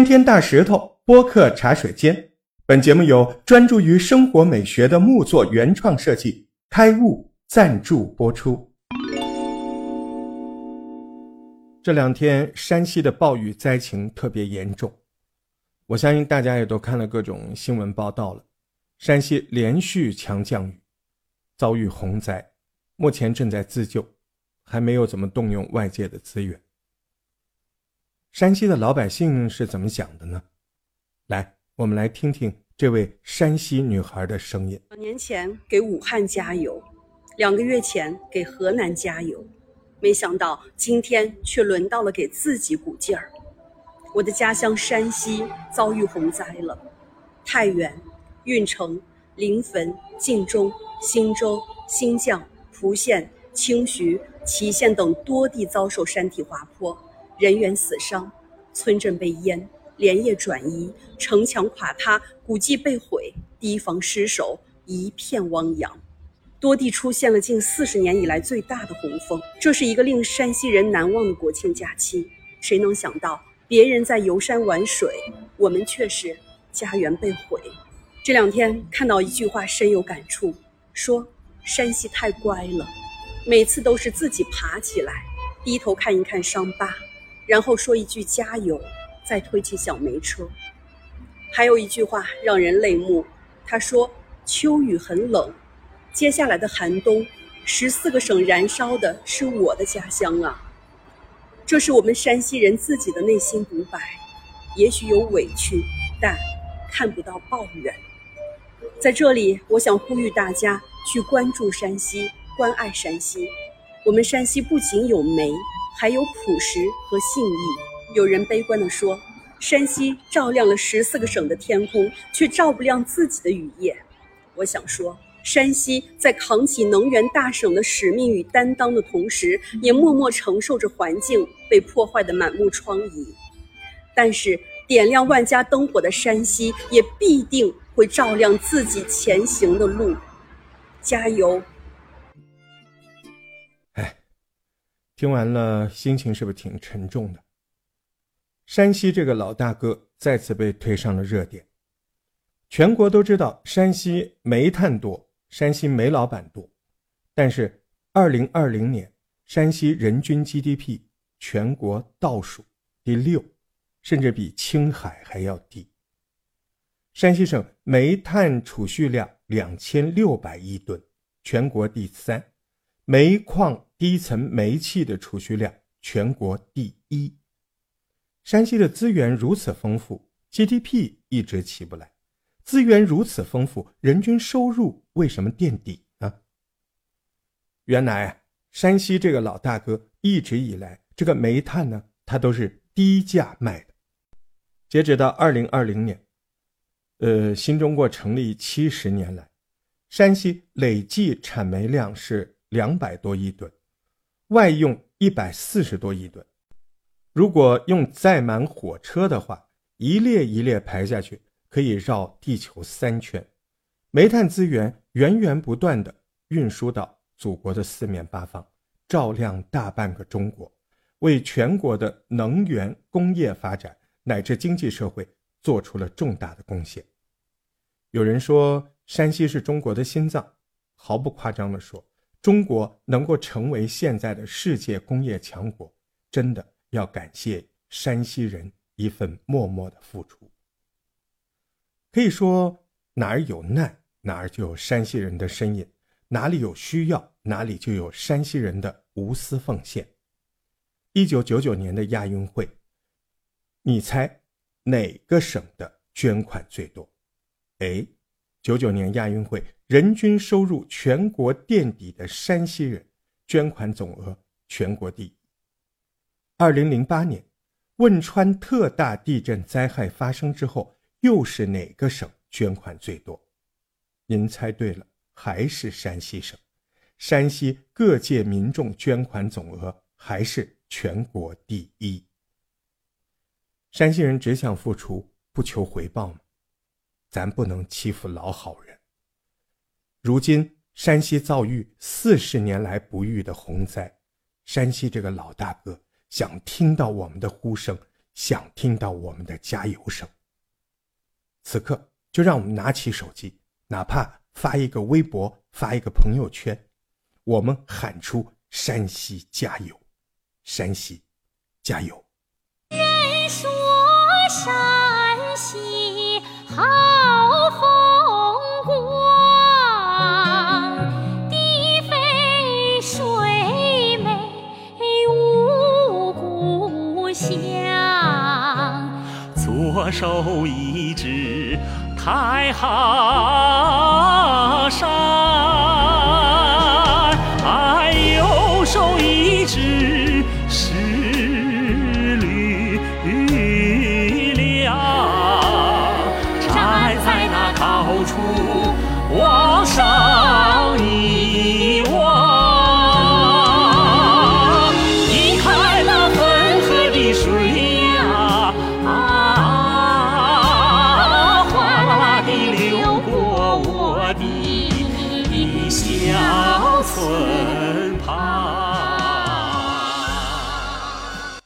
天大石头播客茶水间，本节目由专注于生活美学的木作原创设计开悟赞助播出。这两天山西的暴雨灾情特别严重，我相信大家也都看了各种新闻报道了。山西连续强降雨，遭遇洪灾，目前正在自救，还没有怎么动用外界的资源。山西的老百姓是怎么想的呢？来，我们来听听这位山西女孩的声音。 2年前给武汉加油，2个月前给河南加油，没想到今天却轮到了给自己鼓劲儿。我的家乡山西遭遇洪灾了，太原、运城、临汾、晋中、忻州、新绛、蒲县、清徐、祁县等多地遭受山体滑坡，人员死伤，村镇被淹，连夜转移，城墙垮塌，古迹被毁，堤防失守，一片汪洋。多地出现了近40年以来最大的洪峰，这是一个令山西人难忘的国庆假期。谁能想到别人在游山玩水，我们却是家园被毁。这2天看到一句话深有感触，说山西太乖了，每次都是自己爬起来，低头看一看伤疤，然后说一句加油，再推起小煤车。还有一句话让人泪目，他说秋雨很冷，接下来的寒冬，14个省燃烧的是我的家乡啊。这是我们山西人自己的内心独白，也许有委屈，但看不到抱怨。在这里，我想呼吁大家去关注山西，关爱山西。我们山西不仅有煤，还有朴实和信义。有人悲观地说，山西照亮了14个省的天空，却照不亮自己的雨夜。我想说，山西在扛起能源大省的使命与担当的同时，也默默承受着环境被破坏的满目疮痍。但是点亮万家灯火的山西，也必定会照亮自己前行的路。加油！ 听完了，心情是不是挺沉重的？山西这个老大哥再次被推上了热点。全国都知道山西煤炭多，山西煤老板多，但是2020年山西人均 GDP 全国倒数第6，甚至比青海还要低。山西省煤炭储蓄量2600亿吨，全国第3，煤矿低层煤气的储蓄量全国第1。山西的资源如此丰富， GDP 一直起不来，资源如此丰富，人均收入为什么垫底呢？原来山西这个老大哥一直以来，这个煤炭呢，它都是低价卖的。截止到2020年，新中国成立70年来，山西累计产煤量是200多亿吨，外用140多亿吨。如果用载满火车的话，一列一列排下去，可以绕地球3圈。煤炭资源源源不断地运输到祖国的四面八方，照亮大半个中国，为全国的能源、工业发展乃至经济社会做出了重大的贡献。有人说山西是中国的心脏，毫不夸张地说，中国能够成为现在的世界工业强国，真的要感谢山西人一份默默的付出。可以说，哪儿有难，哪儿就有山西人的身影，哪里有需要，哪里就有山西人的无私奉献。1999年的亚运会，你猜哪个省的捐款最多？99年亚运会人均收入全国垫底的山西人，捐款总额全国第1。2008年汶川特大地震灾害发生之后，又是哪个省捐款最多？您猜对了，还是山西省。山西各界民众捐款总额还是全国第1。山西人只想付出，不求回报吗？咱不能欺负老好人。如今山西遭遇40年来不遇的洪灾，山西这个老大哥想听到我们的呼声， 想听到我们的加油声。此刻就让我们拿起手机，哪怕发一个微博，发一个朋友圈，我们喊出山西加油，山西加油。 人说山西好风光，地肥水美无故乡， 左手一指太行山，右手一指十里凉，站在那高处往上一望，一看那汾河的水呀，哗啦啦地流过我的小村旁。